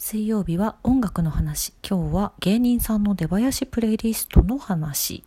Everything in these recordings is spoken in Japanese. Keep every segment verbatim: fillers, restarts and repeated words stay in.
水曜日は音楽の話。今日は芸人さんの出囃子プレイリストの話。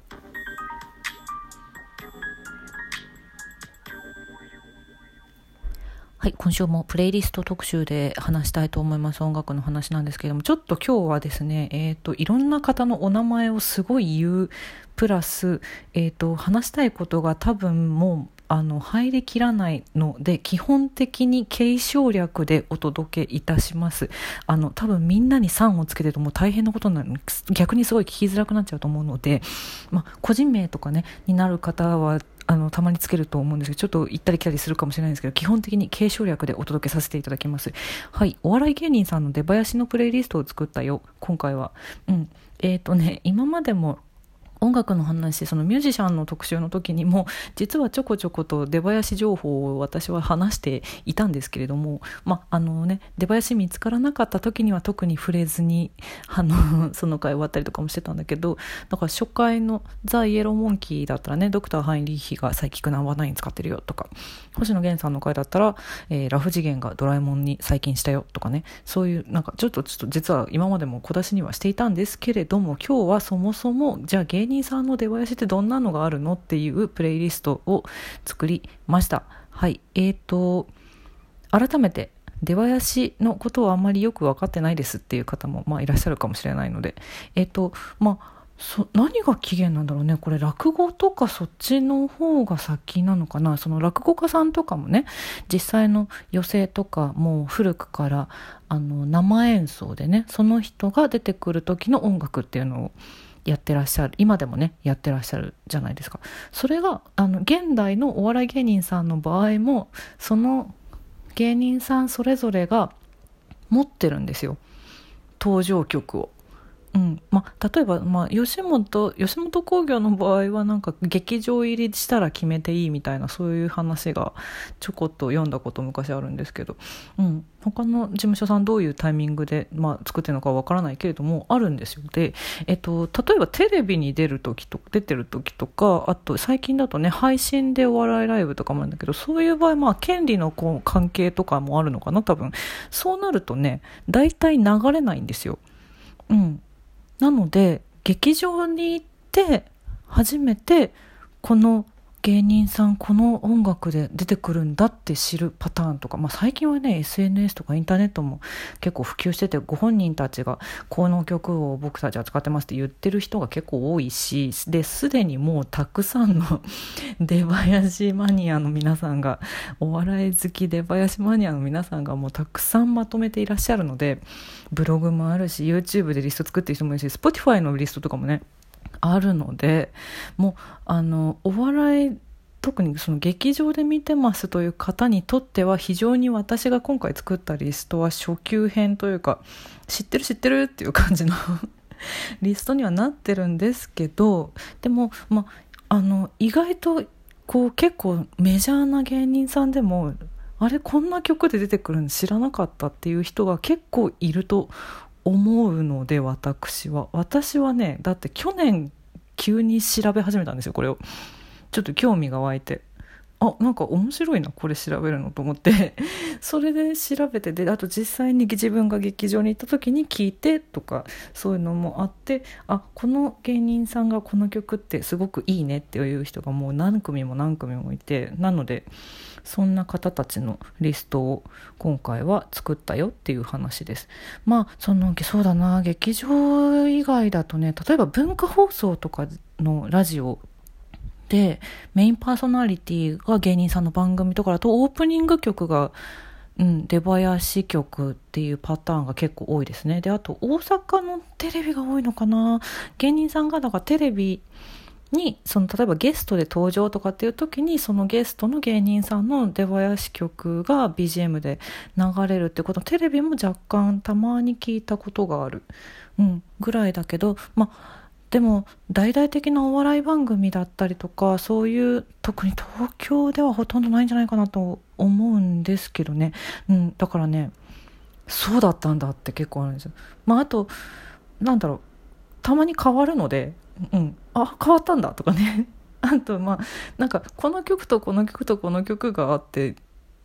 はい、今週もプレイリスト特集で話したいと思います。音楽の話なんですけれども、ちょっと今日はですね、えっといろんな方のお名前をすごい言うプラス、えっと話したいことが多分もうあの入りきらないので、基本的に継承略でお届けいたします。あの多分みんなにさんをつけてるともう大変なことになる、逆にすごい聞きづらくなっちゃうと思うので、まあ、個人名とかねになる方はあのたまにつけると思うんですけど、ちょっと行ったり来たりするかもしれないんですけど、基本的に継承略でお届けさせていただきます。はい、お笑い芸人さんの出囃子のプレイリストを作ったよ、今回は。うんえーとね今までも音楽の話、そのミュージシャンの特集の時にも実はちょこちょこと出囃子情報を私は話していたんですけれども、まあのね、出囃子見つからなかった時には特に触れずにあのその回終わったりとかもしてたんだけど、だから初回のザ・イエローモンキーだったらね、ドクターハインリーヒがサイキックナンバーナイン使ってるよとか、星野源さんの回だったら、えー、ラフ次元がドラえもんに最近したよとかね、そういうなんかちょっとちょっと実は今までも小出しにはしていたんですけれども、今日はそもそもじゃあ芸人さんの出囃子ってどんなのがあるのっていうプレイリストを作りました。はい、えーと改めて出囃子のことをあんまりよく分かってないですっていう方も、まあ、いらっしゃるかもしれないので、えーとまあそ何が起源なんだろうね。これ落語とかそっちの方が先なのかな。その落語家さんとかもね、実際の寄席とかもう古くからあの生演奏でね、その人が出てくる時の音楽っていうのをやってらっしゃる、今でもねやってらっしゃるじゃないですか。それがあの現代のお笑い芸人さんの場合も、その芸人さんそれぞれが持ってるんですよ、登場曲を。うんまあ、例えば、まあ、吉本吉本興業の場合はなんか劇場入りしたら決めていいみたいな、そういう話がちょこっと読んだこと昔あるんですけど、うん、他の事務所さんどういうタイミングで、まあ、作ってるのかわからないけれどもあるんですよ。で、えっと、例えばテレビに出る時と出てる時とか、あと最近だとね配信でお笑いライブとかもあるんだけど、そういう場合、まあ、権利のこう関係とかもあるのかな多分。そうなるとね大体流れないんですよ。うんなので劇場に行って初めてこの芸人さんこの音楽で出てくるんだって知るパターンとか、まあ、最近はね エスエヌエス とかインターネットも結構普及してて、ご本人たちがこの曲を僕たちは使ってますって言ってる人が結構多いし、ですでにもうたくさんの出囃子マニアの皆さんが、お笑い好き出囃子マニアの皆さんがもうたくさんまとめていらっしゃるので、ブログもあるし YouTube でリスト作ってる人もいるし Spotify のリストとかもねあるので、もうあのお笑い特にその劇場で見てますという方にとっては非常に私が今回作ったリストは初級編というか、知ってる知ってるっていう感じのリストにはなってるんですけど、でも、ま、あの意外とこう結構メジャーな芸人さんでもあれこんな曲で出てくるの知らなかったっていう人が結構いると思うので、私は私はねだって去年急に調べ始めたんですよ。これをちょっと興味が湧いて、あなんか面白いなこれ調べるのと思ってそれで調べて、であと実際に自分が劇場に行った時に聞いてとかそういうのもあって、あこの芸人さんがこの曲ってすごくいいねっていう人がもう何組も何組もいて、なのでそんな方たちのリストを今回は作ったよっていう話です。まあそのそうだな、劇場以外だとね、例えば文化放送とかのラジオでメインパーソナリティが芸人さんの番組とかだとオープニング曲が、うん、出囃子曲っていうパターンが結構多いですね。であと大阪のテレビが多いのかな、芸人さんがだからテレビにその例えばゲストで登場とかっていう時に、そのゲストの芸人さんの出囃子曲が ビージーエム で流れるってこと、テレビも若干たまに聞いたことがある、うん、ぐらいだけど、まあでも大々的なお笑い番組だったりとか、そういう特に東京ではほとんどないんじゃないかなと思うんですけどね、うん、だからねそうだったんだって結構あるんですよ。まああとなんだろう、たまに変わるので、うん、あ変わったんだとかねあとまあなんかこの曲とこの曲とこの曲があって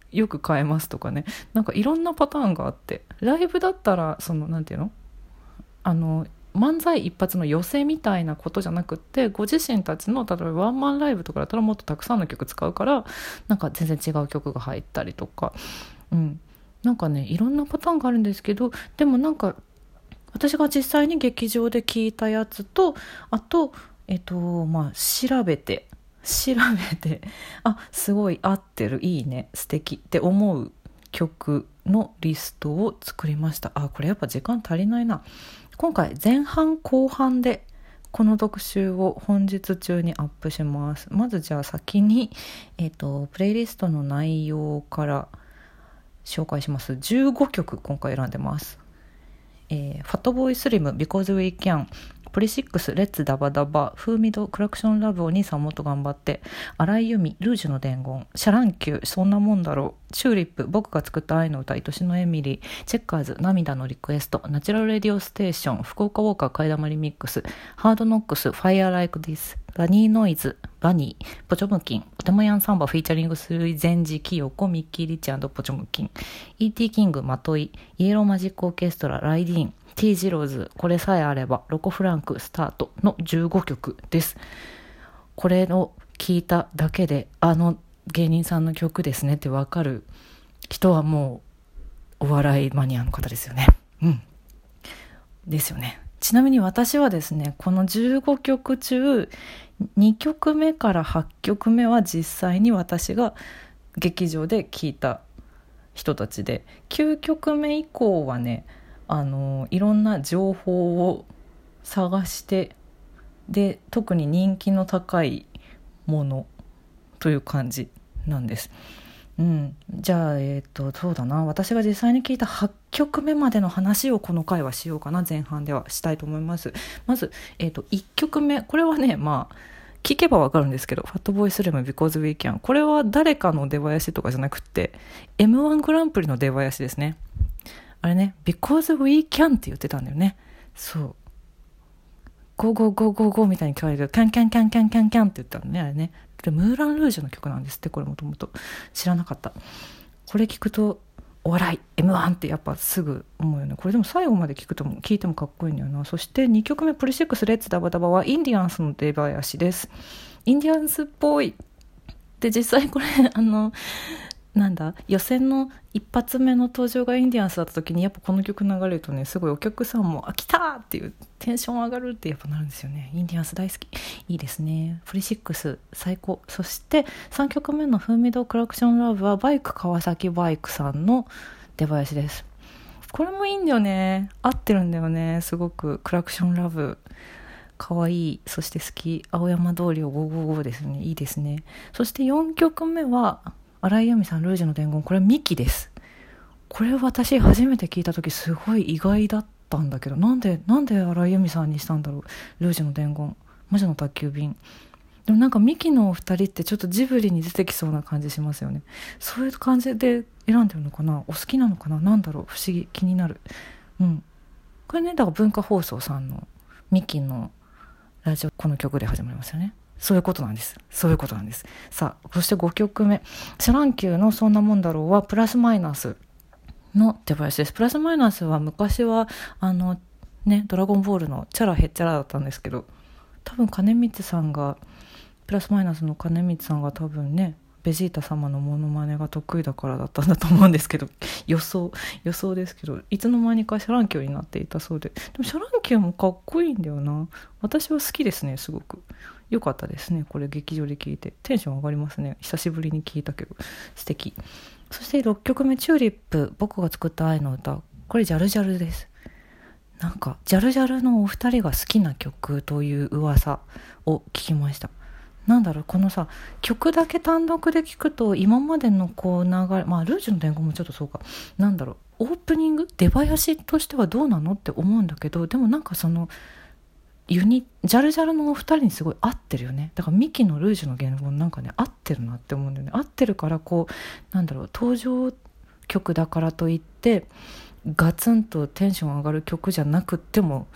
よく変えますとかね、なんかいろんなパターンがあって、ライブだったらそのなんていうの、あの漫才一発の寄せみたいなことじゃなくって、ご自身たちの例えばワンマンライブとかだったらもっとたくさんの曲使うから、なんか全然違う曲が入ったりとか、うん、なんかねいろんなパターンがあるんですけど、でもなんか私が実際に劇場で聞いたやつと、あとえっとまあ調べて調べてあ、すごい合ってる、いいね、素敵って思う曲のリストを作りました。あ、これやっぱ時間足りないな。今回前半後半でこの特集を本日中にアップします。まずじゃあ先に、えっと、プレイリストの内容から紹介します。じゅうごきょく今回選んでます。えー、ファットボーイスリム Because We Can、プリシックスレッツダバダバ、フーミドクラクションラブお兄さんもっと頑張って、荒井由実ルージュの伝言、シャランキューそんなもんだろう、チューリップ僕が作った愛の歌、愛しのエミリー、チェッカーズ涙のリクエスト、ナチュラルレディオステーション、福岡ウォーカー替え玉リミックス、ハードノックスファイアーライクディス、バニーノイズバニー、ポチョムキン、おてもやんサンバフィーチャリングスルイゼンジキヨコミッキーリッチ&ポチョムキン、 イーティー キングまとい、イエローマジックオーケストラライディーン、T ジローズこれさえあれば、ロコフランクスタートのじゅうごきょくです。これを聞いただけであの芸人さんの曲ですねってわかる人はもうお笑いマニアの方ですよね。うんですよね。ちなみに私はですね、このじゅうごきょく中にきょくめからはちきょくめは実際に私が劇場で聴いた人たちで、きゅうきょくめ以降はね、あのいろんな情報を探して、で特に人気の高いものという感じなんです。うん、じゃあえっとそうだな、私が実際に聞いたはちきょくめまでの話をこの回はしようかな、前半ではしたいと思います。まず、えっと、いっきょくめ、これはね、まあ聞けばわかるんですけど、ファットボーイスリム Because We Can、 これは誰かの出囃子とかじゃなくて エムワン グランプリの出囃子ですね。あれね、Because We Can って言ってたんだよね。そう。ゴーゴーゴーゴーゴーみたいに聞こえる。キャンキャンキャンキャンキャンキャンって言ったのね、あれね。でムーランルージュの曲なんですって、これもともと。知らなかった。これ聞くと、お笑い、エムワン ってやっぱすぐ思うよね。これでも最後まで聞くとも、聞いてもかっこいいんだよな。そしてにきょくめ、プリシックスレッツダバダバはインディアンスの出囃子です。インディアンスっぽい。で、実際これ、あの、なんだ予選の一発目の登場がインディアンスだった時に、やっぱこの曲流れるとね、すごいお客さんもあ来たーっていうテンション上がるってやっぱなるんですよね。インディアンス大好き、いいですね。プリシックス最高。そしてさんきょくめのフーミドクラクションラブはバイク川崎バイクさんの出囃子です。これもいいんだよね、合ってるんだよね、すごく。クラクションラブかわいい、そして好き。青山通りをごーごーごーですね、いいですね。そしてよんきょくめは荒井由実さんルージュの伝言、これミキです。これ私初めて聞いた時すごい意外だったんだけど、なんでなんで荒井由実さんにしたんだろう。ルージュの伝言、魔女の宅急便。でもなんかミキのお二人ってちょっとジブリに出てきそうな感じしますよね。そういう感じで選んでるのかな、お好きなのかな、なんだろう、不思議、気になる。うんこれね、だから文化放送さんのミキのラジオ、この曲で始まりますよね。そういうことなんです。そういうことなんです。さあ、そしてごきょくめ、シャランキューのそんなもんだろうはプラスマイナスの出囃子です。プラスマイナスは昔はあのね、ドラゴンボールのチャラヘッチャラだったんですけど、多分金光さんが、プラスマイナスの金光さんが多分ね、ベジータ様のモノマネが得意だからだったんだと思うんですけど、予想予想ですけど、いつの間にかシャランキューになっていたそうで、でもシャランキューもかっこいいんだよな。私は好きですね、すごく良かったですね。これ劇場で聴いてテンション上がりますね。久しぶりに聴いたけど素敵。そしてろっきょくめ、チューリップ僕が作った愛の歌、これジャルジャルです。なんかジャルジャルのお二人が好きな曲という噂を聞きました。なんだろう、このさ、曲だけ単独で聞くと今までのこう流れ、まあルージュの伝言もちょっとそうか、なんだろう、オープニング出囃子としてはどうなのって思うんだけど、でもなんかそのユニジャルジャルのお二人にすごい合ってるよね。だからミキのルージュの言語なんかね、合ってるなって思うんだよね。合ってるから、こうなんだろう、登場曲だからといってガツンとテンション上がる曲じゃなくっても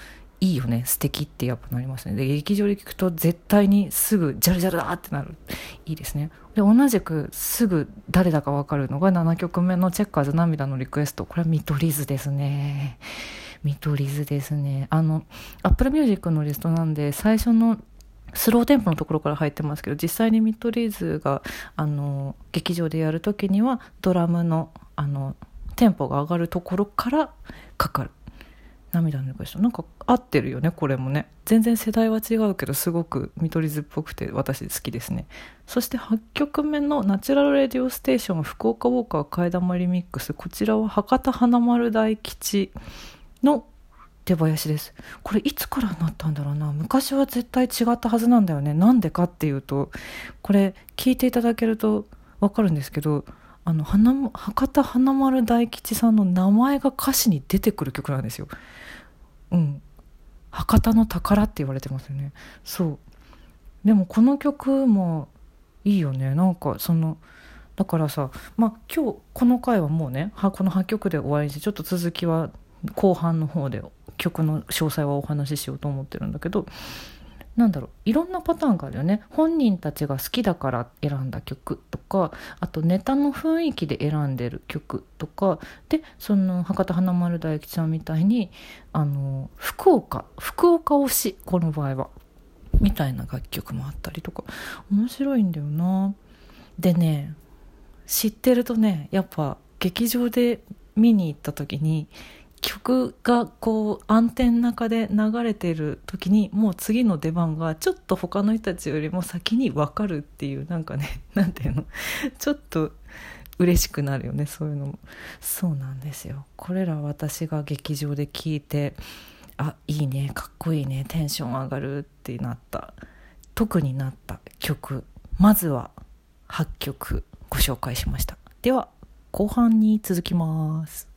いいよね、素敵ってやっぱなりますね。で劇場で聞くと絶対にすぐジャルジャルだってなる、いいですね。で同じくすぐ誰だか分かるのがななきょくめのチェッカーズ涙のリクエスト。これは見取り図ですね。見取り図ですね。あの Apple Music のリストなんで最初のスローテンポのところから入ってますけど、実際に見取り図があの劇場でやるときにはドラムのあのテンポが上がるところからかかる涙のリクエスト。なんか合ってるよね、これもね。全然世代は違うけどすごく見取り図っぽくて私好きですね。そしてはちきょくめのナチュラルレディオステーション福岡ウォーカー替え玉リミックス。こちらは博多華丸大吉の出囃子です。これいつからなったんだろうな。昔は絶対違ったはずなんだよね。なんでかっていうと、これ聞いていただけるとわかるんですけど、あの花博多華丸大吉さんの名前が歌詞に出てくる曲なんですよ。うん、博多の宝って言われてますよね。そう。でもこの曲もいいよね。なんかそのだからさ、まあ今日この回はもうね、このはっきょくで終わりにして、ちょっと続きは後半の方で曲の詳細はお話ししようと思ってるんだけど、なんだろう、いろんなパターンがあるよね。本人たちが好きだから選んだ曲とか、あとネタの雰囲気で選んでる曲とかで、その博多華丸大吉さんみたいにあの福岡福岡推し、この場合はみたいな楽曲もあったりとか、面白いんだよな。でね、知ってるとね、やっぱ劇場で見に行った時に曲がこう暗転の中で流れてる時に、もう次の出番がちょっと他の人たちよりも先に分かるっていう、なんかね、なんていうの、ちょっと嬉しくなるよね、そういうのも。そうなんですよ。これら私が劇場で聴いて、あ、いいね、かっこいいね、テンション上がるってなった、特になった曲、まずははっきょくご紹介しました。では後半に続きます。